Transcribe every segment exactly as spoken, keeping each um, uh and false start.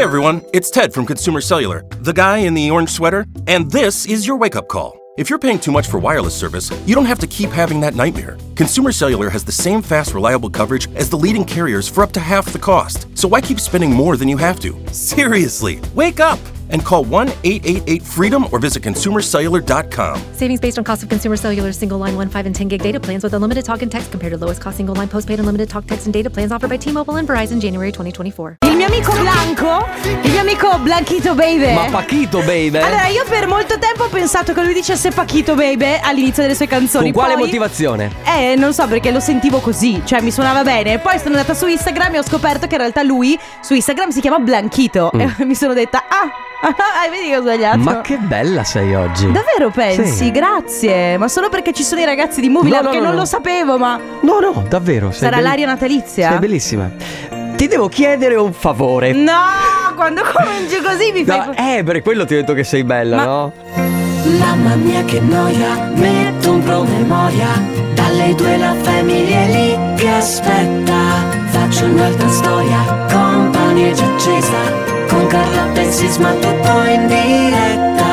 everyone, it's Ted from Consumer Cellular, the guy in the orange sweater, and this is your wake-up call. If you're paying too much for wireless service, you don't have to keep having that nightmare. Consumer Cellular has the same fast, reliable coverage as the leading carriers for up to half the cost. So why keep spending more than you have to? Seriously, wake up and call one eight eight eight freedom or visit consumer cellular dot com. Savings based on cost of Consumer Cellular single line one, five, and ten gig data plans with unlimited talk and text compared to lowest cost single line postpaid unlimited talk, text, and data plans offered by T-Mobile and Verizon January twenty twenty-four. Il mio amico Blanco, il mio amico Blanchito Baby. Ma Paquito Baby? Allora, io per molto tempo ho pensato che lui dicesse Paquito Baby all'inizio delle sue canzoni. Con quale Poi, motivazione? Eh, non so, perché lo sentivo così, cioè mi suonava bene. Poi sono andata su Instagram e ho scoperto che in realtà lui su Instagram si chiama Blanchito. Mm. E mi sono detta, ah, ah, vedi che ho sbagliato. Ma che bella sei oggi. Davvero pensi? Sì. Grazie. Ma solo perché ci sono i ragazzi di Movie No, Lab no, che no, non no. lo sapevo, ma No, no, davvero. sei sarà belli- l'aria natalizia? Sei bellissima. Ti devo chiedere un favore. No, quando cominci così mi fai... No, eh, per quello ti ho detto che sei bella, Ma- no? Mamma mia che noia, metto un promemoria. Dalle due la famiglia è lì che aspetta. Faccio un'altra storia, compagnia già accesa. Con Carla e Sisma tutto in diretta.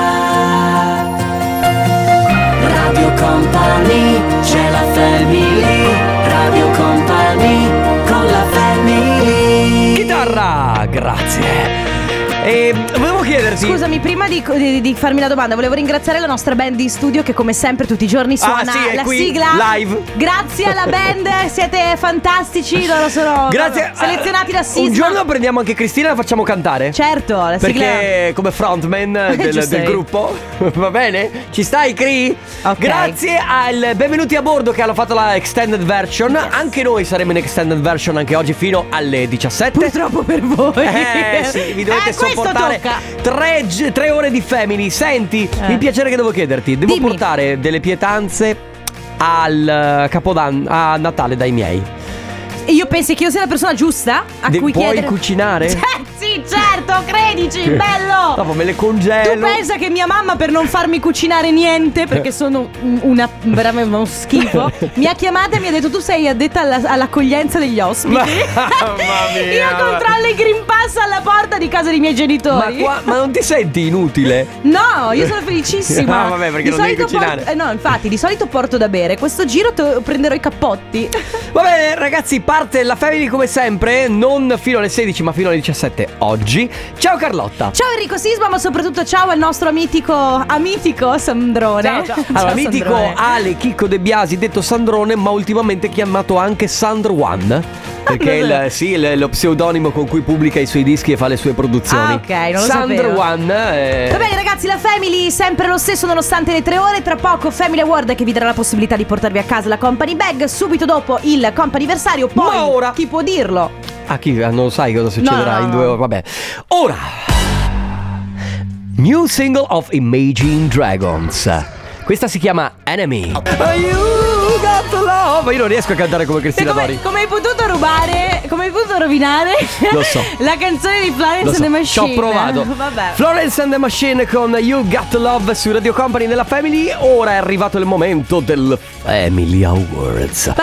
Radio Company, c'è la family. Radio Company, con la family. Chitarra, grazie. E volevo chiederti. Scusami, prima di, di, di farmi la domanda, volevo ringraziare la nostra band in studio che come sempre tutti i giorni suona Ah, sì, è la qui, sigla live. Grazie alla band, siete fantastici, loro sono Grazie. selezionati da Sisma. Un giorno prendiamo anche Cristina e la facciamo cantare. Certo, la sigla. Perché come frontman del, Ci sei. del gruppo. Va bene? Ci stai, Cri? Ok. Grazie al Benvenuti a bordo che hanno fatto la extended version. Anche noi saremo in extended version anche oggi fino alle diciassette. Purtroppo per voi. Eh sì, vi dovete Eh, questo sopportare tocca. tre, gi- tre ore di Family. Senti, Eh. il piacere che devo chiederti. Devo Dimmi. portare delle pietanze al Capodanno, a Natale dai miei. E io pensi che io sia la persona giusta a De- cui puoi chiedere. cucinare? Eh, sì, certo, credici, bello. Dopo me le Tu congelo. pensa che mia mamma, per non farmi cucinare niente, perché sono una veramente uno schifo, mi ha chiamata e mi ha detto: tu sei addetta alla- all'accoglienza degli ospiti. Mamma mia. Io controllo il Green Pass alla porta di casa dei miei Ma, genitori. qua, ma non ti senti inutile? No, io sono felicissima. Ah, vabbè, perché Di non devi solito cucinare. porto- eh, no, infatti, di solito porto da bere. Questo giro to- prenderò i cappotti. Va bene ragazzi, parte la Family come sempre. Non fino alle sedici ma fino alle diciassette oggi. Ciao Carlotta. Ciao Enrico Sisma, ma soprattutto ciao al nostro amitico Amitico Sandrone. Ciao, ciao. Allora, mitico Sandrone. Ale Chicco De Biasi, detto Sandrone, ma ultimamente chiamato anche Sandro One. Perché è davvero? il, sì, il- lo pseudonimo con cui pubblica i suoi dischi e fa le sue produzioni. Ah, ok, non lo Sandro sapevo. One. eh, Va bene ragazzi, la Family sempre lo stesso nonostante le tre ore. Tra poco Family Award che vi darà la possibilità di portarvi a casa la Company Bag. Subito dopo il comp'anniversario. Poi Ma ora? chi può dirlo? Ah, chi? Ah, non lo sai cosa succederà No, no, in no. due ore. Vabbè. Ora, new single of Imagine Dragons. Questa si chiama Enemy. You got the love. Ma io non riesco a cantare come E Cristina come, Dori. come hai potuto rubare? Come hai potuto rovinare? Lo so. La canzone di Florence Lo and so, the Machine. ci ho provato. Vabbè. Florence and the Machine con You Got Love su Radio Company nella Family. Ora è arrivato il momento del Family Awards.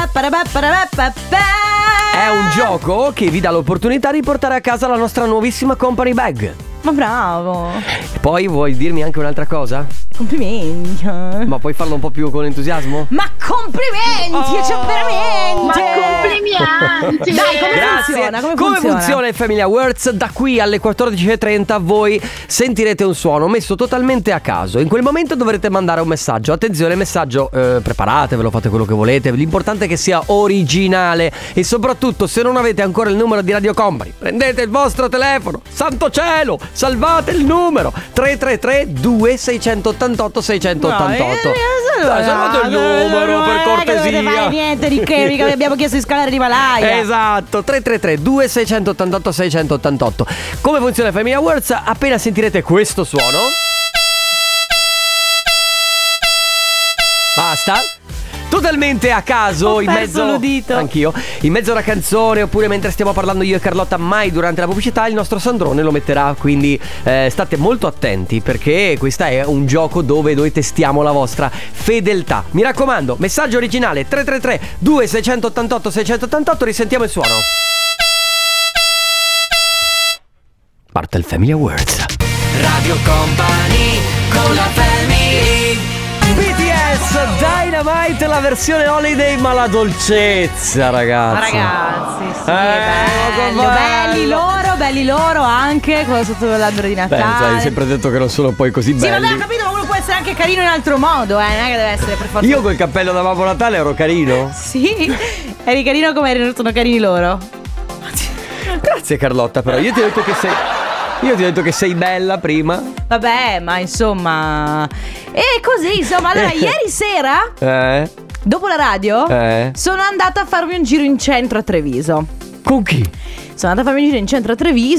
È un gioco che vi dà l'opportunità di portare a casa la nostra nuovissima Company Bag. Ma bravo. Poi vuoi dirmi anche un'altra cosa? Complimenti. Ma puoi farlo un po' più con entusiasmo? Ma complimenti, Oh. cioè veramente. Ma complimenti! Dai, come Grazie. funziona? Come, Come funziona? funziona il Family Awards? Da qui alle quattordici e trenta voi sentirete un suono messo totalmente a caso. In quel momento dovrete mandare un messaggio. Attenzione, messaggio, eh, preparatevelo, fate quello che volete. L'importante è che sia originale. E soprattutto, se non avete ancora il numero di Radio Company, prendete il vostro telefono. Santo cielo, salvate il numero tre tre tre due sei otto otto sei otto otto. Dai, salvate il numero per cortesia. Non fare niente di che, mica vi abbiamo chiesto di scalare l'Himalaya. Esatto, tre tre tre due sei otto otto sei otto otto. Come funziona il Family Awards? Appena sentirete questo suono, basta. Totalmente a caso, Ho in perso mezzo l'udito. anch'io, in mezzo a una canzone, oppure mentre stiamo parlando io e Carlotta, mai durante la pubblicità il nostro Sandrone lo metterà. Quindi eh, state molto attenti, perché questo è un gioco dove noi testiamo la vostra fedeltà. Mi raccomando, messaggio originale tre tre tre due sei otto otto sei otto otto. Risentiamo il suono. parte il Family Awards. Radio Company con la family. B T S Dynamite, la versione holiday, ma la dolcezza, ragazzi. Ma ragazzi, sì, Eh, bello, bello. belli loro, belli loro anche quello sotto l'albero di Beh, Natale. hai sempre detto che non sono poi così Sì, belli. vabbè, ho capito, ma uno può essere anche carino in altro modo, eh, non è che deve essere per forza. Io col cappello da Babbo Natale ero carino. Sì, eri carino come eri- sono carini loro. Grazie Carlotta, però io ti ho detto che sei Io ti ho detto che sei bella prima. Vabbè, ma insomma. E così, insomma, allora ieri sera, Eh? dopo la radio, Eh? sono andata a farmi un giro in centro a Treviso. Con chi? Sono andata a farmi un giro in centro a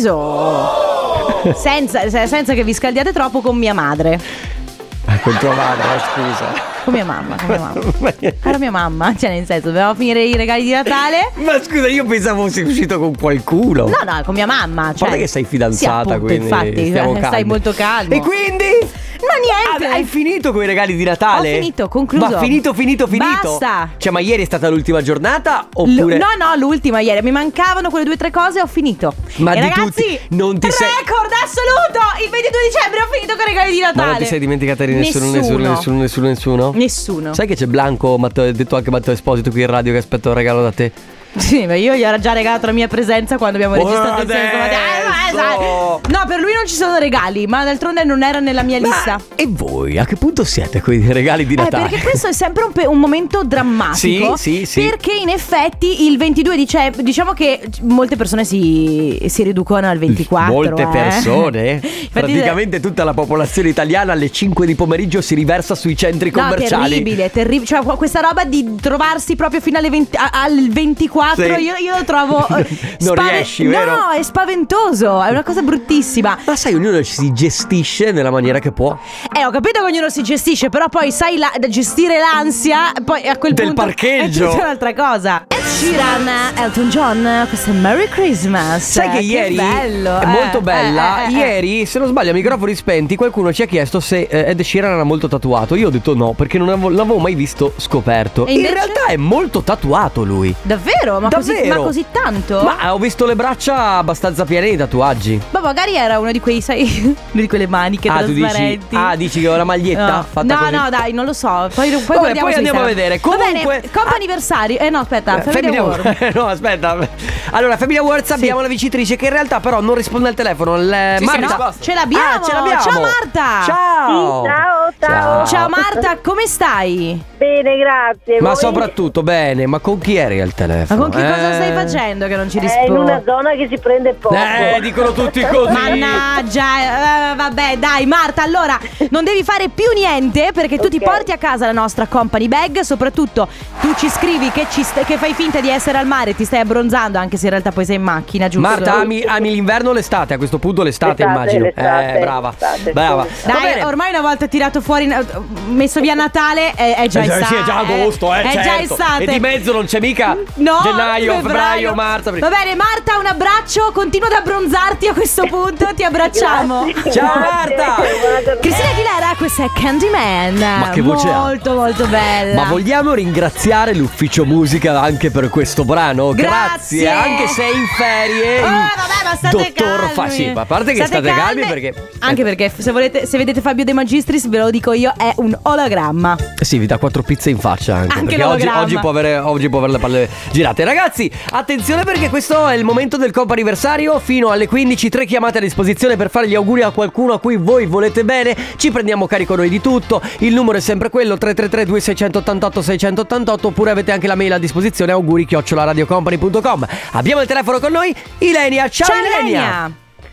Treviso senza, se- senza che vi scaldiate troppo, con mia madre. Ah, con tua madre, scusa. Con mia mamma, con mia mamma. Era mia mamma, cioè nel senso, dovevamo finire i regali di Natale. Ma scusa, io pensavo fossi uscito con qualcuno. No, no, con mia mamma. Cioè, Guarda che sei fidanzata, sì, appunto, quindi infatti, stiamo stai calmi. molto calmo. E quindi? Ma niente. Ah, hai finito con i regali di Natale? Ho finito, concluso. Ma finito, finito, finito. Basta. Cioè, ma ieri è stata l'ultima giornata? L- Oppure no, no, l'ultima ieri. Mi mancavano quelle due o tre cose e ho finito. Ma e di ragazzi, tutti non ti sei- record assoluto! Il ventidue dicembre ho finito con i regali di Natale. Ma non ti sei dimenticata di nessuno, Nessuno. nessuno, nessuno, nessuno, nessuno? Nessuno. Sai che c'è Blanco, Matteo, detto anche Matteo Esposito qui in radio, che aspetta un regalo da te? Sì, ma io gli ho già regalato la mia presenza quando abbiamo registrato insieme stamattina. Eh, ma, eh, sai. No, per lui non ci sono regali, ma d'altronde non era nella mia lista. Ma e voi a che punto siete con i regali di Eh, Natale? perché questo è sempre un, pe- un momento drammatico. Sì, sì, sì. Perché in effetti il ventidue dicembre, diciamo che molte persone si, si riducono al ventiquattro. Molte eh. persone, Infatti- praticamente tutta la popolazione italiana alle cinque di pomeriggio si riversa sui centri No, commerciali. terribile, terribile. Cioè, qu- questa roba di trovarsi proprio fino alle venti, a- al ventiquattro, Sì. io, io lo trovo. eh, Non riesci, vero? No, è spaventoso. È una cosa bruttissima. Ma sai, ognuno si gestisce nella maniera che può. Eh, ho capito che ognuno si gestisce, però poi sai la, da gestire l'ansia, poi a quel Del punto parcheggio. è tutta un'altra cosa. Ed Sheeran, Elton John, questo è Merry Christmas. Sai che Eh, ieri bello, è eh, molto bella. eh, eh, eh. Ieri, se non sbaglio, a microfoni spenti, qualcuno ci ha chiesto se eh, Ed Sheeran era molto tatuato. Io ho detto no, perché non avevo, l'avevo mai visto scoperto. E In invece? realtà è molto tatuato lui. Davvero? Ma, Così, Davvero? ma così tanto? Ma ho visto le braccia abbastanza piene di tatuaggi. Ma magari era uno di quei, sai, uno di quelle maniche Ah, tu dici, trasparenti. ah, dici che ho la maglietta No, fatta no, così? no, dai, non lo so. Poi, poi Vabbè, guardiamo poi su andiamo a Instagram. vedere. Va Comunque- bene, compa Ah. anniversario. Eh no, aspetta, Eh, Family Family Award. Award. No, aspetta. Allora, Family Awards abbiamo la vincitrice che in realtà però non risponde al telefono. Il- Sì, sì, Marta. no, ce l'abbiamo. Ah, ce l'abbiamo. Ciao, Marta. Ciao. Ciao, ciao. Ciao Marta, come stai? Bene, grazie. Ma Voi? soprattutto bene, ma con chi eri al Ma telefono? con che cosa Eh. stai facendo che non ci È in rispondi? una zona che si prende poco. Eh, dicono tutti così. Mannaggia, eh, vabbè, dai Marta, allora non devi fare più niente perché tu ti Ok. porti a casa la nostra company bag. Soprattutto tu ci scrivi che, ci st- che fai finta di essere al mare, ti stai abbronzando, anche se in realtà poi sei in macchina, giusto? Marta, ami, ami l'inverno o l'estate? A questo punto l'estate, L'estate, immagino. l'estate, eh, brava. l'estate, brava. sì. Va Dai, bene. ormai una volta tirato fuori, messo via Natale, è, è già Eh, estate. sì, è già agosto, eh, È certo. già estate. E di mezzo non c'è mica No, gennaio, febbraio, marzo. aprile. Va bene, Marta, un abbraccio. Continua ad abbronzarti a questo punto. Ti abbracciamo. Grazie, Ciao, grazie. Marta. Buona giornata. Cristina Aguilera, questa è Candyman. Ma che voce ha? Molto, molto bella. Ma vogliamo ringraziare l'ufficio musica anche per questo brano? Grazie. Anche se è in ferie. Oh, il vabbè, ma state dottor calmi. Fa- sì, ma a parte che state, calmi calme, perché Anche perché se volete, se vedete Fabio De Magistris, ve lo dico io, è un ologramma. Eh sì, vi dà quattro pizze in faccia anche, Anche perché oggi, l'ologramma. oggi, può avere, oggi può avere le palle girate. Ragazzi, attenzione perché questo è il momento del compo anniversario. Fino alle quindici, tre chiamate a disposizione per fare gli auguri a qualcuno a cui voi volete bene. Ci prendiamo carico noi di tutto. Il numero è sempre quello, tre tre tre due sei otto otto sei otto otto. Oppure avete anche la mail a disposizione, auguri chiocciola radiocompany punto com. Abbiamo il telefono con noi, Ilenia. Ciao, Ciao Ilenia. Ilenia.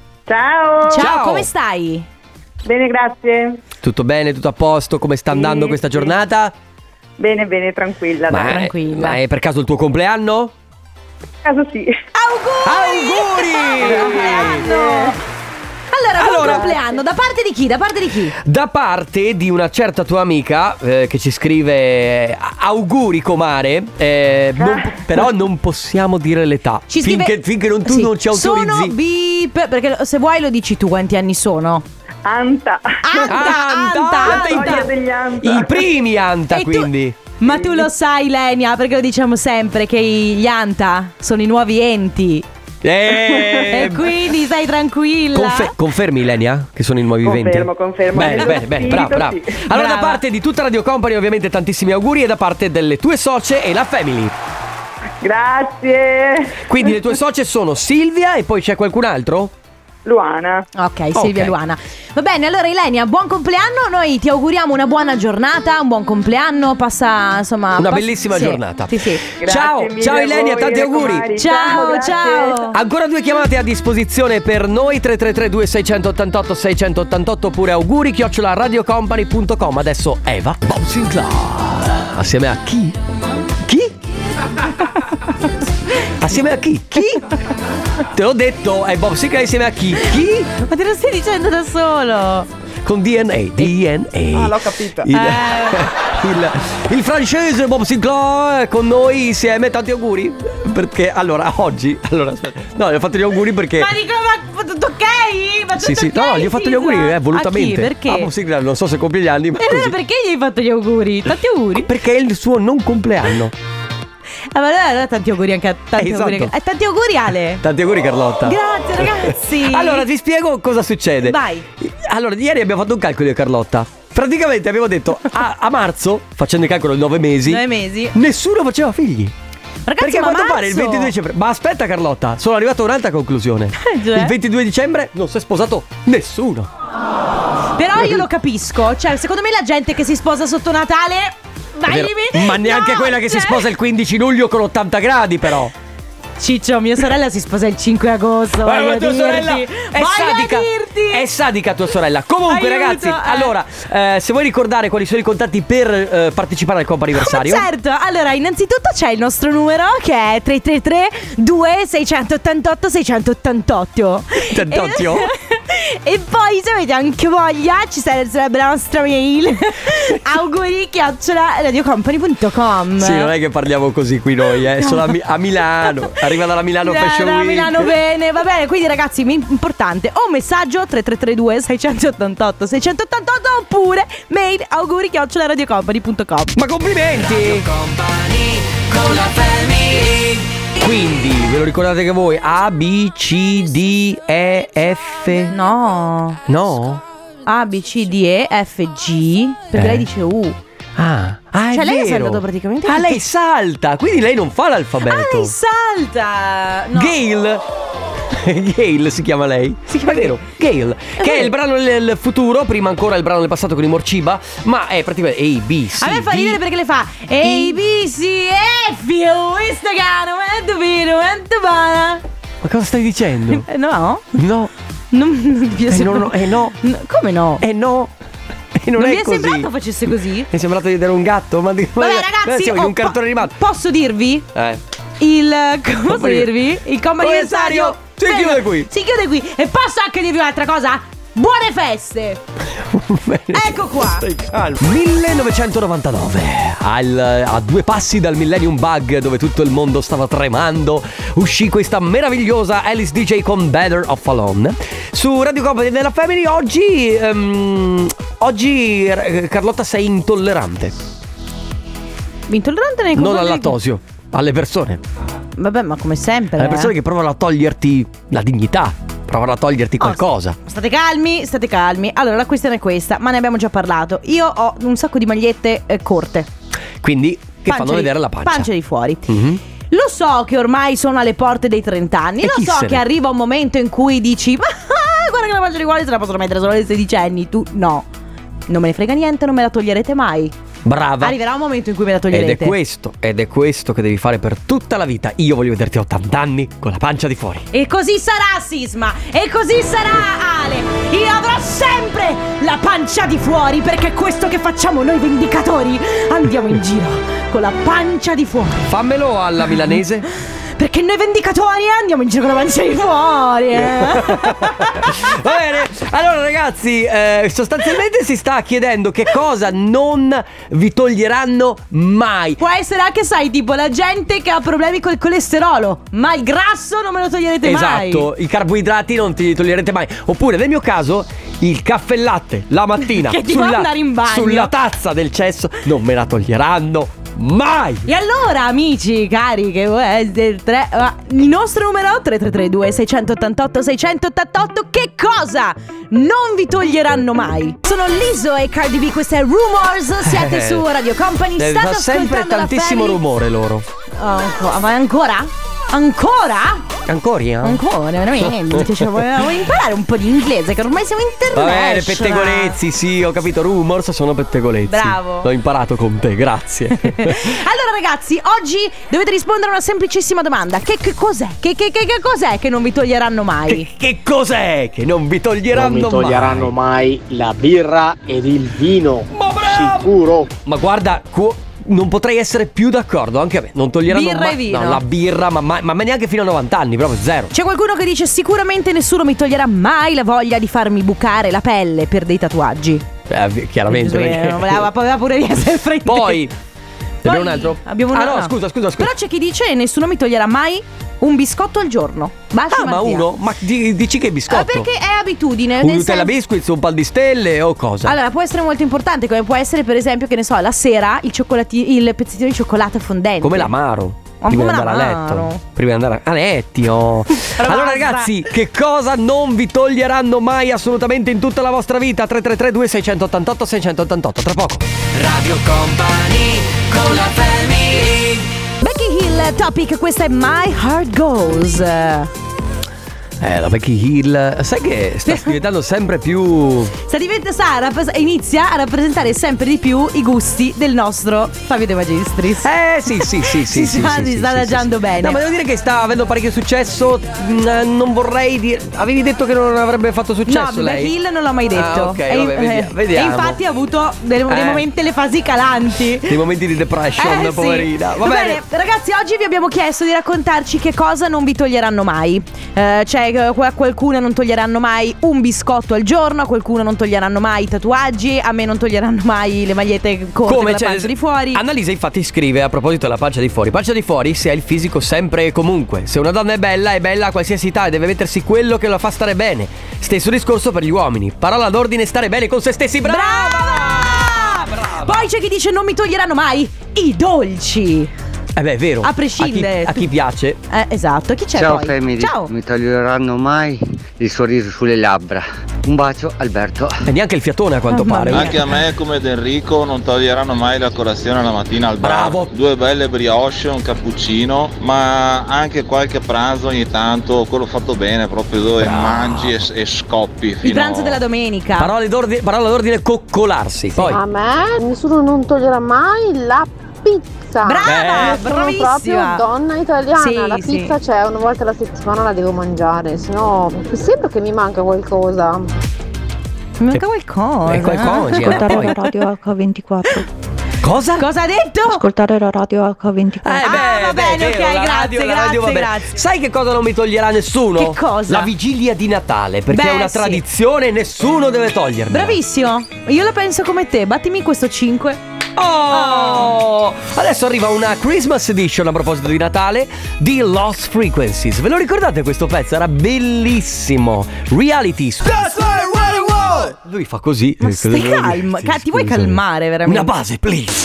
Ciao. Ciao, Ciao. come stai? Bene, grazie. Tutto bene, tutto a posto? Come sta andando Sì, questa sì. giornata? Bene, bene, tranquilla. Ma dai. è, tranquilla. ma è per caso il tuo compleanno? Caso sì. Auguri! Auguri! Buon compleanno! Allora, buon Allora- compleanno, da parte di chi? Da parte di chi? Da parte di una certa tua amica eh, che ci scrive auguri comare, eh, non- però non possiamo dire l'età Ci scrive- finché, finché non, tu Sì. non ci autorizzi. Sono beep, perché se vuoi lo dici tu quanti anni sono. Anta. Anta, Anta, Anta, Anta, La Anta. voglia degli Anta. I primi Anta, E tu- quindi. Ma tu lo sai, Lenia, perché lo diciamo sempre che gli Anta sono i nuovi enti. Eh, E quindi stai tranquilla. confe- confermi Ilenia che sono i nuovi venti? Confermo, confermo. Bene, Nello bene, bene, bravo, spirito, bravo. sì. Allora, da Brava. parte di tutta Radio Company, ovviamente tantissimi auguri, e da parte delle tue socie e la family. Grazie. Quindi le tue socie sono Silvia e poi c'è qualcun altro? Luana. Ok, Silvia Ok. Luana. Va bene, allora Ilenia, buon compleanno. Noi ti auguriamo una buona giornata, un buon compleanno. Passa, insomma, Una pass- bellissima sì, giornata. Sì, sì. Grazie Ciao, mille ciao a Ilenia, voi, tanti auguri. raccomari. Ciao, grazie. ciao. Ancora due chiamate a disposizione per noi, tre tre tre due sei otto otto sei otto otto, oppure auguri chiocciola radiocompany punto com. Adesso Eva Bob Sinclair assieme a chi? Chi? Assieme a chi? Chi? Te l'ho detto, è Bob Sinclair insieme a chi? Chi? Ma te lo stai dicendo da solo? Con D N A, D N A. Ah, l'ho capito. Il, Eh. il, il francese Bob Sinclair con noi insieme, tanti auguri. Perché allora oggi, allora aspetta, no, gli ho fatto gli auguri perché Ma dico, ma tutto ok? Ma tutto sì, sì, ok, no, no, gli ho fatto gli auguri Sisma? eh, volutamente. A chi? Perché? Ah, Bob Sinclair, non so se compie gli anni, ma E allora così. perché gli hai fatto gli auguri? Tanti auguri. Perché è il suo non compleanno. Ah, ma allora, allora tanti auguri anche a tanti Esatto. auguri. Eh, tanti auguri Ale. Tanti auguri Carlotta. Grazie ragazzi. Allora ti spiego cosa succede. Vai. Allora ieri abbiamo fatto un calcolo io e Carlotta. Praticamente abbiamo detto a, a marzo, facendo il calcolo di nove mesi, Nove mesi. nessuno faceva figli. Ragazzi, Perché a ma quanto pare il marzo- ventidue dicembre. Ma aspetta Carlotta, sono arrivato a un'altra conclusione. Cioè? Il ventidue dicembre non si è sposato nessuno. Però io lo capisco. Cioè, secondo me la gente che si sposa sotto Natale. È Vai, vero. mi- Ma neanche no, quella che si cioè- sposa il quindici luglio con ottanta gradi però. Ciccio, mia sorella si sposa il cinque agosto. Ma Voglio tua dirti. sorella è Voglio sadica. dirti. È sadica tua sorella. Comunque Aiuto, ragazzi, eh. allora eh, se vuoi ricordare quali sono i contatti per eh, partecipare al compo anniversario. Certo, allora innanzitutto c'è il nostro numero che è tre tre tre due sei otto otto sei otto otto. Ottantotto? E poi se avete anche voglia ci sarebbe la nostra mail auguri chiocciola radiocompany punto com. Sì, non è che parliamo così qui noi, eh. Sono a, Mi- a Milano. Arriva dalla Milano Da- Fashion da Week. Milano bene, va bene. Quindi ragazzi, mi- importante, o messaggio tre tre tre due sei otto otto sei otto otto oppure mail auguri chiocciola radiocompany punto com. Ma complimenti! con la family. Quindi, ve lo ricordate che voi? A, B, C, D, E, F. No. No? A, B, C, D, E, F, G. Perché Eh. lei dice U. Ah, ah è Cioè, lei ha vero. saltato praticamente Ah, tutto. lei salta, quindi lei non fa Ah, l'alfabeto. lei salta. No. Gail. Gail si chiama lei. Si chiama è vero, Gail. Che è vero. il brano del futuro, prima ancora il brano del passato con i Morciba. Ma è praticamente A, B, C. A me fa D. ridere perché le fa A, B, C, F, U, Instagram, and video, and bana. Ma cosa stai dicendo? Eh, No? No, Non, non mi eh piace. no, no, eh no, No, come no? eh no. E non, non è mi è così. sembrato facesse così? Mi è sembrato di vedere un gatto. Ma di Vabbè ma- ragazzi, ma siamo in oh, un cartone po- animato. posso dirvi? Eh. Il Posso Company- dirvi? Il combo Anniversario anniversario si Fermo. chiude qui. Si chiude qui. E posso anche dirvi un'altra cosa? Buone feste! Ecco qua. Stai calmo. millenovecentonovantanove, al- a due passi dal Millennium Bug, dove tutto il mondo stava tremando, uscì questa meravigliosa Alice D J con Better Off Alone su Radio Company della Family. Oggi ehm, Oggi eh, Carlotta sei intollerante. Intollerante nei Non confronti al di- lattosio, alle persone. Vabbè, ma come sempre. Alle persone eh. che provano a toglierti la dignità, provano a toglierti Oh, qualcosa. State calmi, state calmi. Allora, la questione è questa, ma ne abbiamo già parlato. Io ho un sacco di magliette eh, corte. Quindi che Pancia fanno di- vedere la pancia. Pancia di fuori. Mhm. Lo so che ormai sono alle porte dei trenta anni. E Lo chi so se che ne- arriva un momento in cui dici: ma guarda che la pancia di fuori se la possono mettere solo le sedicenni. Tu no. Non me ne frega niente, non me la toglierete mai. Brava. Arriverà un momento in cui me la Ed toglierete. è questo, ed è questo che devi fare per tutta la vita. Io voglio vederti a ottanta anni con la pancia di fuori. E così sarà, Sisma. E così sarà, Ale. Io avrò sempre la pancia di fuori, perché è questo che facciamo noi vendicatori. Andiamo in giro con la pancia di fuori. Fammelo alla milanese. Perché noi vendicatori andiamo in giro con la pancia di fuori, eh. Va bene. Allora ragazzi, eh, sostanzialmente si sta chiedendo che cosa non vi toglieranno mai. Può essere anche, sai, tipo la gente che ha problemi col colesterolo, ma il grasso non me lo toglierete mai. Esatto, i carboidrati non ti toglierete mai. Oppure nel mio caso il caffè e latte la mattina Che ti fa sulla, andare in bagno. sulla tazza del cesso non me la toglieranno mai. E allora, amici cari, che eh, tre, ah, il nostro numero tre tre tre due sei otto otto sei otto otto, che cosa non vi toglieranno mai? Sono Lizzo e Cardi B, questa è Rumors, siete Eh, su Radio Company, eh, state fa sempre ascoltando la tantissimo Family. rumore loro. Oh, ma ancora? Ancora? Ancora? Eh? Ancora, veramente. Cioè, volevo imparare un po' di inglese, che ormai siamo Va bene, international. pettegolezzi, sì, ho capito. Rumors sono pettegolezzi. Bravo. L'ho imparato con te, grazie. Allora ragazzi, oggi dovete rispondere a una semplicissima domanda. Che, che cos'è? Che, che, che, che cos'è che non vi toglieranno mai? Che, che cos'è che non vi toglieranno Non mi toglieranno mai la birra ed il vino. Ma bravo! Sicuro. Ma guarda, cu- non potrei essere più d'accordo. Anche a me, non toglieranno Birra mai e vino. no, la birra, ma, ma, ma neanche fino a novanta anni, proprio zero. C'è qualcuno che dice sicuramente nessuno mi toglierà mai la voglia di farmi bucare la pelle per dei tatuaggi. Eh, chiaramente. Eh, perché- voleva, voleva pure di essere fraintesi. Poi, Poi abbiamo un altro? abbiamo un Ah no, no. scusa, scusa, scusa. Però c'è chi dice nessuno mi toglierà mai un biscotto al giorno. Baci Ah, ma Marzia. uno? Ma di- dici che Ah, biscotto? perché è abitudine. Un nel Nutella senso- biscuits, un pal di stelle o cosa? Allora, può essere molto importante, come può essere per esempio, che ne so, la sera il, cioccolati- il pezzettino di cioccolato fondente. Come l'amaro. Ma Prima di come andare a l'amaro? letto. Prima di andare a letti, oh. Allora basta. ragazzi, che cosa non vi toglieranno mai assolutamente in tutta la vostra vita? tre tre tre due sei otto otto sei otto otto. Tra poco. Radio Company con la family. Becky Hill, Topic, questa è My Heart Goes. Eh, la Becky Hill, sai che sta diventando sempre più... Sta diventa, sta, rappres- inizia a rappresentare sempre di più i gusti del nostro Fabio De Magistris. Eh sì sì sì sì Si sì, sta- sì, si sì, sta sì, adagiando sì. bene. No, ma devo dire che sta avendo parecchio successo. Mm, Non vorrei dire... Avevi detto che non avrebbe fatto successo No, lei? Becky Hill non l'ho mai detto. Ah, ok, E- vabbè, vedi- eh, vediamo. E infatti ha avuto dei, dei Eh. momenti, le fasi calanti. Dei momenti di depression, Eh, sì. poverina. Va, Va bene. bene, ragazzi, oggi vi abbiamo chiesto di raccontarci che cosa non vi toglieranno mai. Eh, cioè, eh, a qualcuno non toglieranno mai un biscotto al giorno, a qualcuno non toglieranno mai i tatuaggi, a me non toglieranno mai le magliette corte con la C'è- pancia di fuori. Annalisa infatti scrive a proposito della pancia di fuori. Pancia di fuori se ha il fisico sempre e comunque. Se una donna è bella, è bella a qualsiasi età e deve mettersi quello che la fa stare bene. Stesso discorso per gli uomini. Parola d'ordine, stare bene con se stessi. Brava! Brava! Poi c'è chi dice non mi toglieranno mai i dolci. Eh beh, è vero. A prescindere. A chi, a chi piace. Eh, esatto, chi c'è Ciao poi? family, Ciao. mi toglieranno mai il sorriso sulle labbra. Un bacio Alberto. E neanche il fiatone a quanto Mamma pare. mia. Anche a me, come ad Enrico, non toglieranno mai la colazione la mattina al bar. Bravo. Due belle brioche, un cappuccino, ma anche qualche pranzo ogni tanto, quello fatto bene, proprio dove Bravo. mangi e, e scoppi. Il Fino pranzo della domenica. Parole d'ordine, parola d'ordine coccolarsi. Poi. A me nessuno non toglierà mai la pizza. Brava, Eh. Sono bravissima. proprio donna italiana. Sì, la sì. pizza c'è una volta alla settimana, la devo mangiare, sennò sembra che mi manca qualcosa. Mi manca qualcosa. È qualcosa. Ascoltare Poi. la radio acca ventiquattro. Cosa? Cosa ha detto? Ascoltare la radio acca ventiquattro. Eh Ah, beh, va beh, bene, vero, ok, la grazie, radio, la grazie, radio va bene. grazie. Sai che cosa non mi toglierà nessuno? Che cosa? La vigilia di Natale, perché Beh, è una sì. tradizione e nessuno deve toglierla. Bravissimo. Io la penso come te. Battimi questo cinque. Oh! Adesso arriva una Christmas edition a proposito di Natale di Lost Frequencies. Ve lo ricordate questo pezzo? Era bellissimo. Reality. That's what I want! Lui fa così. Ma Eh, stai cosa- calma. sì, Ca- ti vuoi scusami. calmare veramente? Una base, please.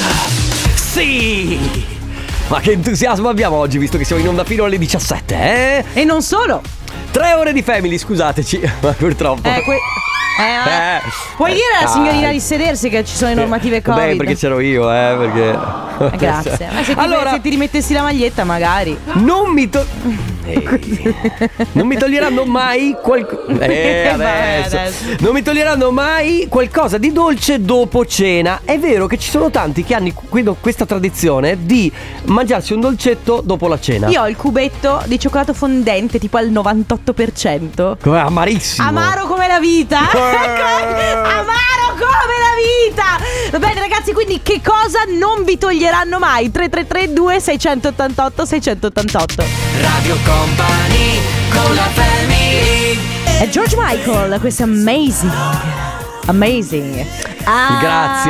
Sì! Ma che entusiasmo abbiamo oggi, visto che siamo in onda fino alle diciassette, eh? E non solo. Tre ore di family, scusateci, ma purtroppo. Eh, que- eh, eh. Eh. Puoi dire alla Ah. signorina di sedersi che ci sono le normative Covid? Beh, perché c'ero io, eh, perché... Eh, grazie. Ma se ti, Allora, se ti rimettessi la maglietta magari. non mi to... Ehi. Non mi toglieranno mai qualcosa... Eh, Vabbè, adesso. adesso. Non mi toglieranno mai qualcosa di dolce dopo cena. È vero che ci sono tanti che hanno qui- questa tradizione di mangiarsi un dolcetto dopo la cena. Io ho il cubetto di cioccolato fondente tipo al novantotto per cento. Come amarissimo. Amaro come la vita. Eh. Amaro come la vita. Va bene ragazzi, quindi che cosa non vi toglieranno mai? tre tre tre due sei otto otto sei otto otto. Radio Company con la family. È George Michael, questo è Amazing. Amazing. Ah, Grazie.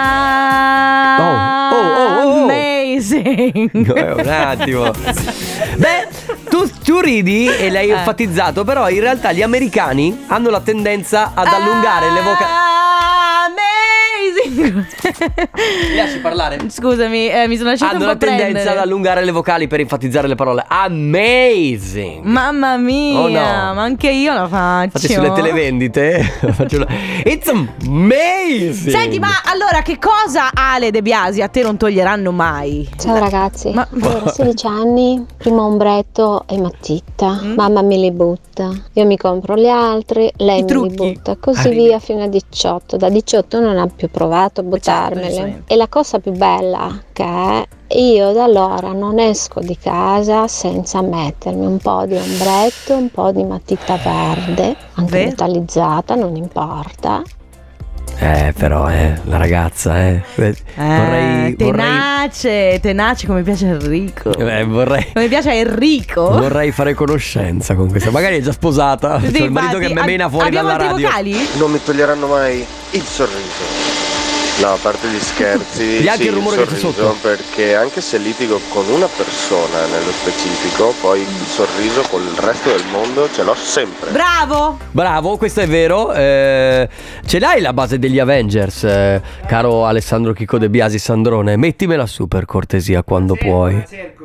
Oh, oh, oh, oh. Amazing. Eh, un attimo. Beh, tu, tu ridi e l'hai Eh. enfatizzato, però in realtà gli americani hanno la tendenza ad allungare le vocali. Amazing. Mi lasci parlare? Scusami, eh, mi sono lasciata Hanno un la po' tendenza prendere. ad allungare le vocali per enfatizzare le parole. Amazing. Mamma mia, Oh, no. ma anche io la faccio. Infatti sulle televendite faccio una- It's amazing. Senti, ma allora che cosa Ale De Biasi a te non toglieranno mai? Ciao ragazzi, Ma- allora sedici anni, prima ombretto e matita, Mm? mamma me li butta, io mi compro le altre, lei I me trucchi. li butta, così Arrivi. via fino a diciotto, da diciotto non ha più provato a buttarmele. giustamente. E la cosa più bella che è, io da allora non esco di casa senza mettermi un po' di ombretto, un po' di matita verde, anche Vero? metallizzata, non importa. Eh però eh la ragazza eh, eh Vorrei Vorrei tenace, tenace come piace a Enrico. eh, Vorrei Come piace a Enrico. Vorrei fare conoscenza con questa. Magari è già sposata. Sì, C'ho il marito infatti, che me mena ab- fuori abbiamo dalla altri radio. vocali? Non mi toglieranno mai il sorriso. No, a parte gli scherzi, Neanche sì, il rumore che c'è sorriso, sotto. perché anche se litigo con una persona nello specifico, poi il sorriso con il resto del mondo ce l'ho sempre. Bravo. Bravo, questo è vero. eh, Ce l'hai la base degli Avengers, eh, caro Alessandro Chicco De Biasi Sandrone? Mettimela su per cortesia quando puoi.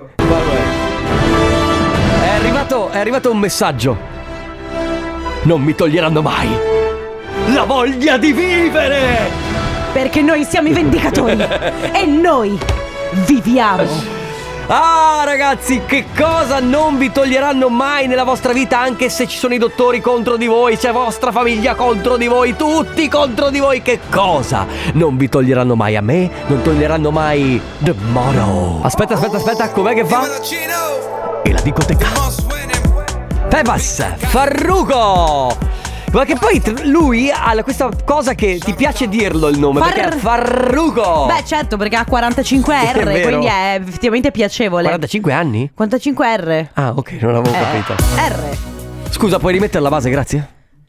È arrivato, è arrivato un messaggio. Non mi toglieranno mai la voglia di vivere. Perché noi siamo i vendicatori. E noi viviamo. Ah ragazzi, che cosa non vi toglieranno mai nella vostra vita, anche se ci sono i dottori contro di voi, c'è vostra famiglia contro di voi, tutti contro di voi. Che cosa non vi toglieranno mai? A me non toglieranno mai The Motto. Aspetta, aspetta, aspetta, com'è che fa? E la discoteca Pebas, Farruko. Ma che poi t- lui ha questa cosa che ti piace dirlo il nome, Far- perché è Farruko. Beh, certo, perché ha quarantacinque È R, vero. quindi è effettivamente piacevole. quarantacinque anni? quarantacinque R. Ah, ok, non avevo Eh, capito. R. Scusa, puoi rimettere la base, grazie?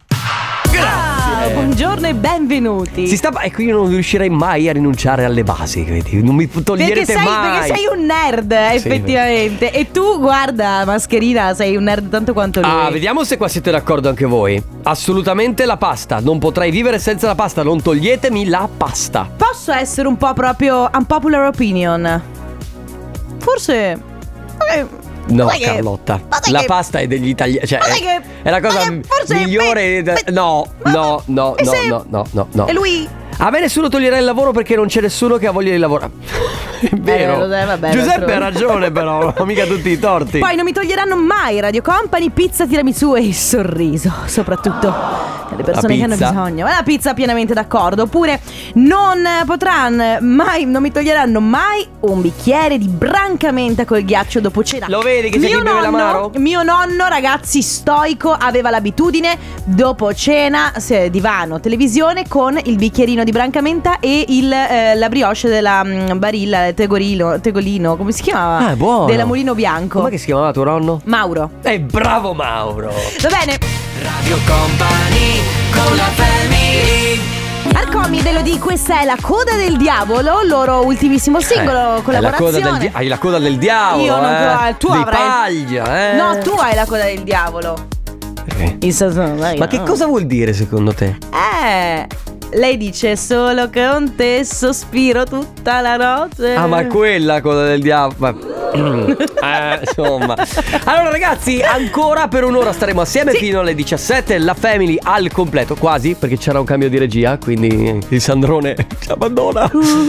Ah, buongiorno e benvenuti. Si sta. Ecco, io non riuscirei mai a rinunciare alle basi, vedi? Non mi toglierete Perché sei, mai. perché sei un nerd, effettivamente. E tu, guarda, mascherina, sei un nerd tanto quanto lui. Ah, vediamo se qua siete d'accordo anche voi. Assolutamente la pasta. Non potrei vivere senza la pasta. Non toglietemi la pasta. Posso essere un po' proprio unpopular opinion? Forse. eh, No, sai che- Carlotta. ma sai La che- pasta è degli italiani. Cioè, ma sai è, che- è la cosa ma che forse- migliore. beh, da- no, no, no, e no, se- no, no, no, no. E lui? A me nessuno toglierà il lavoro perché non c'è nessuno che ha voglia di lavorare. È vero. Eh, lo sai, vabbè, Giuseppe d'altronde. ha ragione, però. Non ho mica tutti i torti. Poi non mi toglieranno mai Radio Company, pizza, tiramisù e il sorriso. Soprattutto alle persone che hanno pizza. bisogno. Ma la pizza pienamente d'accordo. Oppure non potranno mai, non mi toglieranno mai un bicchiere di brancamenta col ghiaccio dopo cena. Lo vedi che c'è Mio chi beve nonno, l'amaro? mio nonno, ragazzi, stoico, aveva l'abitudine dopo cena, se- divano, televisione, con il bicchierino di brancamenta e il, eh, la brioche della mm, Barilla, il tegolino, tegolino, come si chiamava? Ah, è buono. Della Mulino Bianco. Come si chiamava tuo nonno? Mauro. Eh, bravo Mauro. Va bene. Radio Company con la family. Arcomi dello di questa è La Coda del Diavolo, loro ultimissimo singolo, Eh, collaborazione. è la coda del dia- hai la coda del diavolo. Io non eh. tu Dei avrai paglia, eh. No, tu hai la coda del diavolo. Perché? Il sassono, Ma che cosa vuol dire secondo te? Eh, lei dice solo con te sospiro tutta la notte. Ah, ma quella coda del diavolo. eh, insomma. Allora, ragazzi, ancora per un'ora staremo assieme fino alle diciassette. La family al completo, quasi, perché c'era un cambio di regia. Quindi il Sandrone ci abbandona.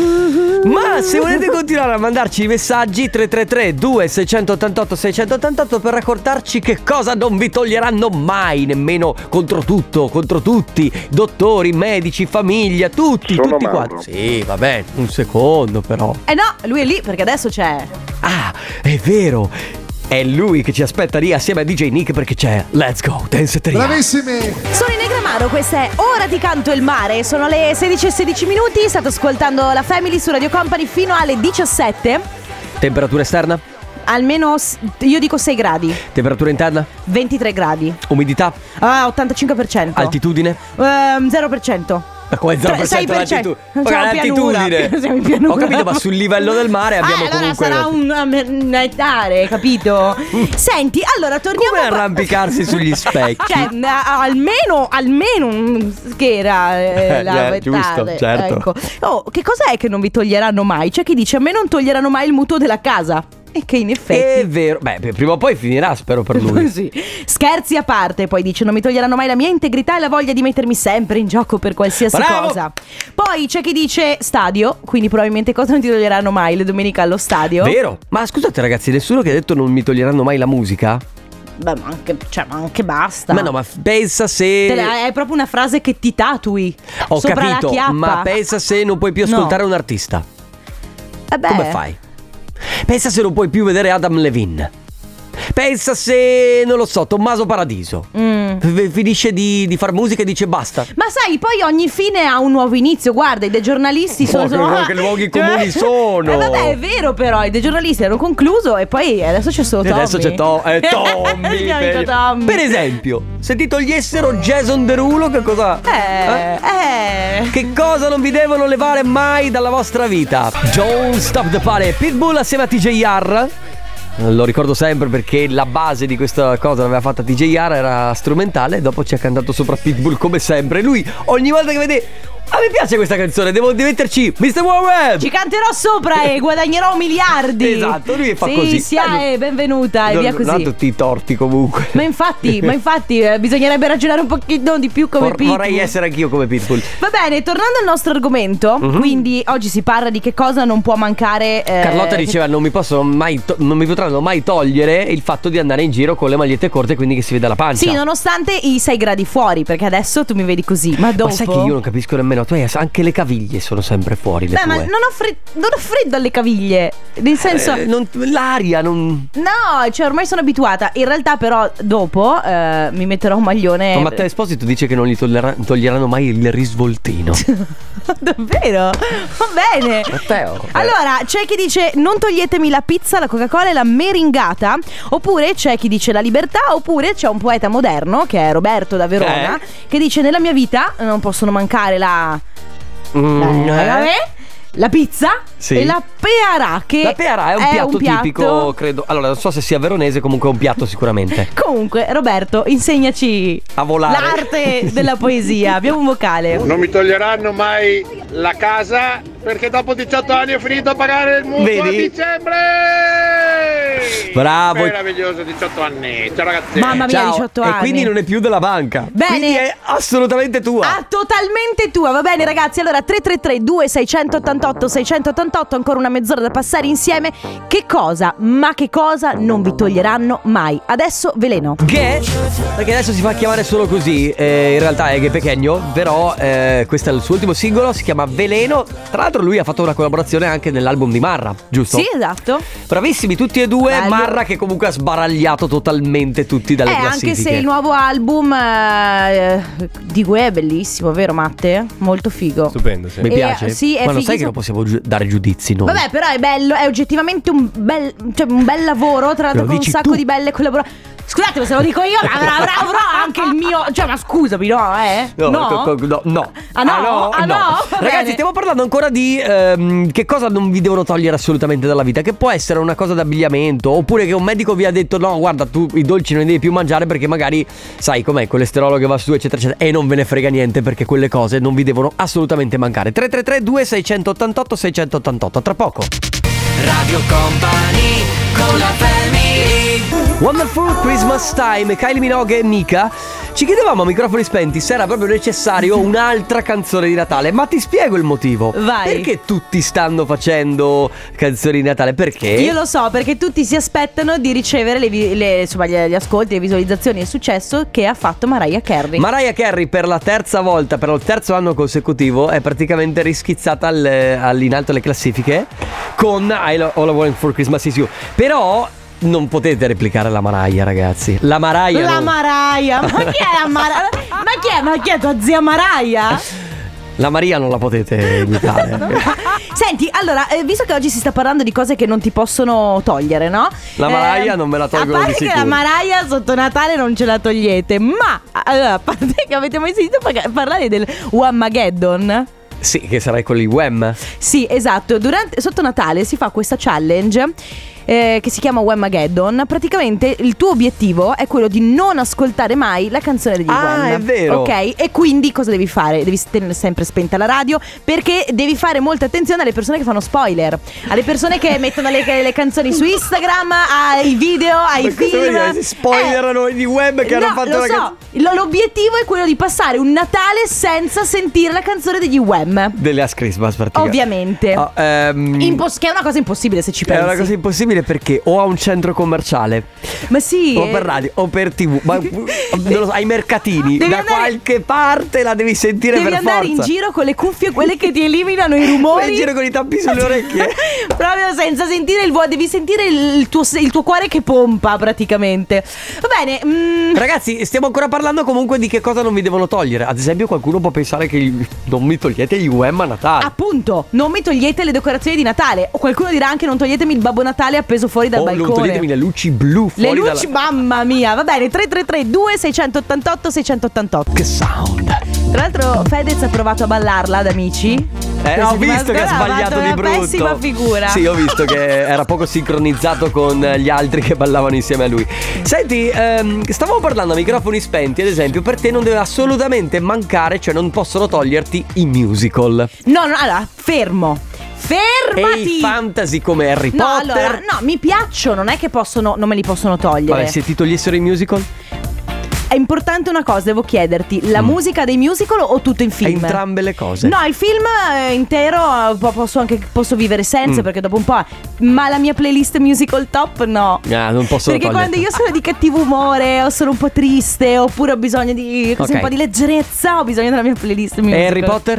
Ma se volete continuare a mandarci i messaggi, tre tre tre due sei otto otto sei otto otto per raccontarci che cosa non vi toglieranno mai, nemmeno contro tutto, contro tutti, dottori, medici, famiglia, tutti, Sono tutti Mauro. quanti. Sì, vabbè, un secondo però. Eh no, lui è lì perché adesso c'è. Ah, è vero. È lui che ci aspetta lì assieme a D J Nick perché c'è Let's Go Danceteria. Bravissimi. Sono in Negramaro, questa è Ora ti canto il mare. Sono le sedici e sedici minuti. State ascoltando la Family su Radio Company fino alle diciassette. Temperatura esterna? Almeno s- io dico sei gradi. Temperatura interna? ventitré gradi. Umidità? Ah, ottantacinque per cento. Altitudine? Ehm, zero per cento. Ma come zero per cento l'altitudine? Non siamo in pianura. Non siamo in pianura. Ho capito, ma sul livello del mare abbiamo ah, allora comunque sarà un nettare, capito? Senti, allora torniamo come arrampicarsi sugli specchi. Cioè, almeno almeno che era eh, la eh, giusto, certo. Ecco. Oh, che cos'è che non vi toglieranno mai? C'è chi dice a me non toglieranno mai il mutuo della casa. E che in effetti è vero. Beh, prima o poi finirà, spero per lui. Sì. Scherzi a parte, poi dice non mi toglieranno mai la mia integrità e la voglia di mettermi sempre in gioco per qualsiasi Bravo. cosa. Poi c'è chi dice stadio, quindi probabilmente cosa non ti toglieranno mai le domeniche allo stadio. Vero? Ma scusate ragazzi, nessuno che ha detto non mi toglieranno mai la musica? Beh, ma anche, cioè, ma anche basta. Ma no, ma pensa se È proprio una frase che ti tatui. Ho sopra capito, la chiappa. ma pensa se non puoi più ascoltare no. un artista. Eh beh. Come fai? Pensa se non puoi più vedere Adam Levine. Pensa se, non lo so, Tommaso Paradiso mm. f- finisce di, di far musica e dice basta. Ma sai, poi ogni fine ha un nuovo inizio. Guarda, i dei giornalisti sono, oh, sono... Che, che luoghi comuni sono. Eh vabbè, è vero però, i dei giornalisti hanno concluso e poi adesso c'è solo Tommy. Adesso c'è to- eh, Tommy, Il mio amico per... Tommy. Per esempio, se ti togliessero Jason Derulo, che cosa? Eh, eh, eh. Che cosa non vi devono levare mai dalla vostra vita? Don't Stop the Party, Pitbull assieme a T J R. Lo ricordo sempre perché la base di questa cosa l'aveva fatta T J R, era strumentale. Dopo ci ha cantato sopra Pitbull come sempre. Lui ogni volta che vede a me piace questa canzone, devo metterci mister Worldwide. Ci canterò sopra e guadagnerò miliardi. Esatto, lui fa sì, così. Sì, eh, benvenuta e via così. Non ha tutti i torti comunque. Ma infatti, ma infatti eh, bisognerebbe ragionare un pochino di più come Vor- Pitbull. Vorrei essere anch'io come Pitbull. Va bene, tornando al nostro argomento, mm-hmm. quindi oggi si parla di che cosa non può mancare. eh, Carlotta diceva non mi possono mai to- non mi potranno mai togliere il fatto di andare in giro con le magliette corte, quindi che si veda la pancia. Sì, nonostante i sei gradi fuori, perché adesso tu mi vedi così. Ma dopo. Ma sai che io non capisco nemmeno. Tu hai anche le caviglie sono sempre fuori. Le Beh, tue. ma non ho, fred- non ho freddo alle caviglie. Nel senso eh, non, l'aria non. No, cioè ormai sono abituata. In realtà però dopo eh, mi metterò un maglione. Ma Matteo Esposito dice che non gli toglierà- toglieranno mai il risvoltino. Davvero? Va bene. Matteo eh. Allora c'è chi dice non toglietemi la pizza, la Coca-Cola e la meringata. Oppure c'è chi dice la libertà. Oppure c'è un poeta moderno che è Roberto da Verona, eh. che dice nella mia vita non possono mancare la Mm, la, eh. la pizza sì. e la pearà, che la pearà è un, è piatto, un piatto tipico, credo. Allora non so se sia veronese, comunque è un piatto sicuramente. Comunque Roberto, insegnaci a volare l'arte della poesia. Abbiamo un vocale. Non mi toglieranno mai la casa perché dopo diciotto anni ho finito a pagare il mutuo. Vedi? A dicembre. Bravo. Meraviglioso, diciotto anni. Ciao ragazzi. Mamma mia, Ciao. diciotto e anni. quindi non è più della banca. Bene. Quindi è assolutamente tua. Ah, totalmente tua. Va bene ragazzi, allora tre tre tre due sei otto otto sei otto otto, ancora una mezz'ora da passare insieme. Che cosa, ma che cosa non vi toglieranno mai? Adesso Veleno. Che? Perché adesso si fa chiamare solo così, eh, in realtà è che Pechegno. Però eh, questo è il suo ultimo singolo, si chiama Veleno. Tra l'altro lui ha fatto una collaborazione anche nell'album di Marra, giusto? Sì, esatto. Bravissimi tutti e due. Bello. Marra che comunque ha sbaragliato totalmente tutti dalle Eh, classifiche. anche se il nuovo album eh, di Gue è bellissimo, vero Matte? Molto figo. Stupendo, sì. Mi E, piace. sì, è Ma lo sai fighissimo. che non possiamo giu- dare giudizi noi? Vabbè, però è bello, è oggettivamente un bel, cioè un bel lavoro, tra l'altro Lo con un dici sacco tu. di belle collaborazioni. Scusate, ma se lo dico io, avrò, avrò, avrò anche il mio. Cioè, ma scusami, no, eh? No, No? co- co- no, no. Ah, no? Ah, no? Va Ragazzi, bene. stiamo parlando ancora di ehm, che cosa non vi devono togliere assolutamente dalla vita. Che può essere una cosa d'abbigliamento, oppure che un medico vi ha detto no, guarda, tu i dolci non li devi più mangiare perché magari sai com'è il colesterolo che va su, eccetera eccetera. E non ve ne frega niente, perché quelle cose non vi devono assolutamente mancare. Tre tre tre due sei otto otto sei otto otto. Tra poco Radio Company con la family. Wonderful Christmas Time, Kylie Minogue e Mika. Ci chiedevamo a microfoni spenti se era proprio necessario un'altra canzone di Natale. Ma ti spiego il motivo. Vai. Perché tutti stanno facendo canzoni di Natale? Perché? Io lo so, perché tutti si aspettano di ricevere le, vi- le, insomma, gli, gli ascolti, le visualizzazioni e il successo che ha fatto Mariah Carey. Mariah Carey per la terza volta, per il terzo anno consecutivo, è praticamente rischizzata al, al- in alto alle classifiche con I Lo- All I Want for Christmas Is You. Però non potete replicare la Mariah, ragazzi. La Mariah La non- Mariah, ma chi è la Mariah? Ma chi è? Ma chi è tua zia Mariah? La Maria non la potete imitare. Senti, allora, eh, visto che oggi si sta parlando di cose che non ti possono togliere, no? La Mariah eh, non me la tolgono di sicuro. A parte che la Mariah sotto Natale non ce la togliete. Ma, allora, a parte che avete mai sentito parlare del Whamageddon? Sì, che sarai con i Wham. Sì, esatto. Durante, sotto Natale si fa questa challenge eh, che si chiama Whamageddon. Praticamente il tuo obiettivo è quello di non ascoltare mai la canzone degli ah, Wham. Ah, è vero. Ok, e quindi cosa devi fare? Devi tenere sempre spenta la radio, perché devi fare molta attenzione alle persone che fanno spoiler, alle persone che mettono le, le canzoni su Instagram, ai video, ai ma film. Si spoilerano eh, gli Wham che no, hanno fatto lo la so. canzone. L'obiettivo è quello di passare un Natale senza sentire la canzone degli Wham. Delle Last Christmas, praticamente. Ovviamente. Oh, um, Impos- che è una cosa impossibile se ci pensi. È una cosa impossibile perché o a un centro commerciale, ma sì, o per radio o per tivù, ma non lo so, ai mercatini, devi da andare, qualche parte la devi sentire devi per forza. Devi andare in giro con le cuffie, quelle che ti eliminano i rumori. Vai in giro con i tappi sulle orecchie. Proprio senza sentire il vuoto. Devi sentire il tuo, il tuo cuore che pompa praticamente. Va bene. mm. Ragazzi, stiamo ancora parlando comunque di che cosa non vi devono togliere. Ad esempio qualcuno può pensare che non mi togliete gli Wham a Natale. Appunto, non mi togliete le decorazioni di Natale. O qualcuno dirà anche non toglietemi il Babbo Natale appeso fuori dal o balcone. non toglietemi le luci blu fuori. Le luci, dalla... mamma mia. Va bene, tre tre tre due sei otto otto sei otto otto. Che sound. Tra l'altro Fedez ha provato a ballarla ad Amici. Eh, ho visto che ha sbagliato di brutto. Pessima figura. Sì, ho visto che era poco sincronizzato con gli altri che ballavano insieme a lui. Senti, ehm, stavamo parlando a microfoni spenti. Ad esempio, per te non deve assolutamente mancare, cioè non possono toglierti i musical. No, no, allora, fermo. Fermati. E i fantasy come Harry no, Potter. Allora, no, mi piacciono, non è che possono, non me li possono togliere. Vabbè, se ti togliessero i musical? È importante una cosa, devo chiederti, la mm. musica dei musical o tutto in film? Entrambe le cose. No, il film intero posso anche posso vivere senza, mm. perché dopo un po'. Ma la mia playlist musical top no. Ah, non posso Perché toglierti. quando io sono di cattivo umore o sono un po' triste oppure ho bisogno di così, okay. un po' di leggerezza, ho bisogno della mia playlist musical. E Harry Potter?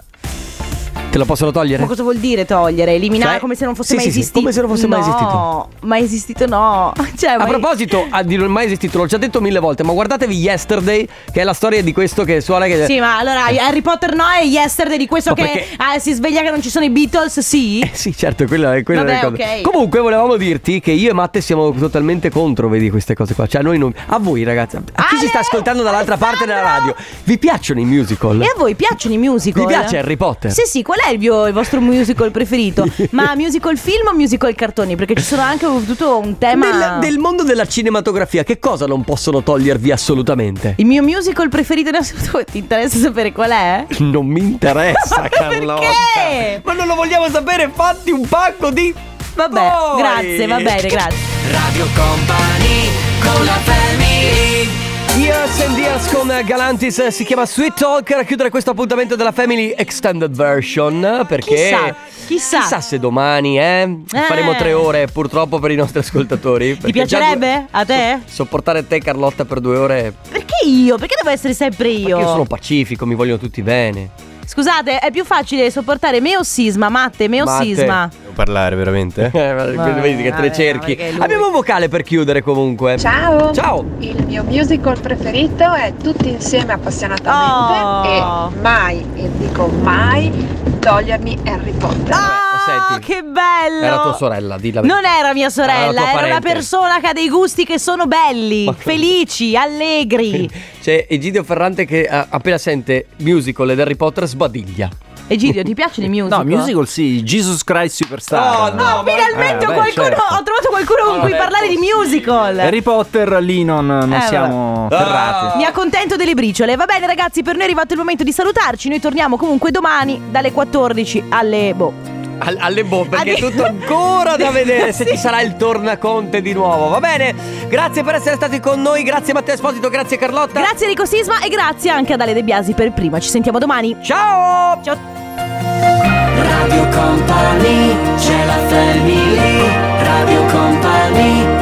Te lo possono togliere? Ma cosa vuol dire togliere? Eliminare, cioè, come se non fosse sì, mai sì, esistito? Sì, come se non fosse no, mai esistito. No, mai esistito no. Cioè, a mai... proposito, a di non mai esistito, l'ho già detto mille volte, ma guardatevi Yesterday, che è la storia di questo che suona che... Sì, ma allora Harry Potter no, e Yesterday di questo ma che perché... ah, si sveglia che non ci sono i Beatles, sì? Eh sì, certo, quella è quella. Vabbè, okay. Comunque volevamo dirti che io e Matte siamo totalmente contro, vedi, queste cose qua. Cioè noi non... A voi ragazzi, a chi Ale, ci sta ascoltando dall'altra Alessandro! parte della radio, vi piacciono i musical? E a voi piacciono i musical? Vi piace Harry Potter? Sì, sì, qual è il, mio, il vostro musical preferito? Ma musical film o musical cartoni? Perché ci sono anche tutto un tema del, del mondo della cinematografia. Che cosa non possono togliervi assolutamente? Il mio musical preferito in assoluto. Ti interessa sapere qual è? Non mi interessa, Carlotta. Perché? Ma non lo vogliamo sapere. Fatti un pacco di... Vabbè, Poi. grazie, va bene, grazie. Radio Company con la family. Years and Years con Galantis, si chiama Sweet Talker, a chiudere questo appuntamento della Family Extended Version. Perché chissà, chissà, chissà se domani eh, eh. faremo tre ore purtroppo per i nostri ascoltatori. Ti piacerebbe? A te? So, sopportare te Carlotta per due ore. Perché io? Perché devo essere sempre io? Perché io sono pacifico, mi vogliono tutti bene. Scusate, è più facile sopportme me o Sisma? Matte, me o Matte. Sisma? Devo parlare veramente? Eh, vedi che te le cerchi. Lui... Abbiamo un vocale per chiudere comunque. Ciao. Ciao. Il mio musical preferito è Tutti insieme appassionatamente oh. e mai, e dico mai, togliermi Harry Potter. Oh, Senti, che bello. Era tua sorella, di la verità. Non era mia sorella, era, era una persona che ha dei gusti che sono belli, ma... felici, allegri. C'è Egidio Ferrante che uh, appena sente musical ed Harry Potter sbadiglia. Egidio, ti piacciono i musical? No, musical sì, Jesus Christ Superstar. Oh, no, no, finalmente eh, ho, beh, qualcuno, certo. ho trovato qualcuno con no, cui parlare di musical. Harry Potter lì non, non eh, siamo vabbè. ferrati. Mi accontento delle briciole. Va bene ragazzi, per noi è arrivato il momento di salutarci. Noi torniamo comunque domani dalle quattordici alle boh alle boh, perché è tutto ancora da vedere se sì. ci sarà il tornaconte di nuovo. Va bene, grazie per essere stati con noi. Grazie Matteo Esposito, grazie Carlotta, grazie Enrico Sisma e grazie anche ad Ale De Biasi per prima. Ci sentiamo domani. Ciao. Ciao. Radio Company, c'è la family. Radio Company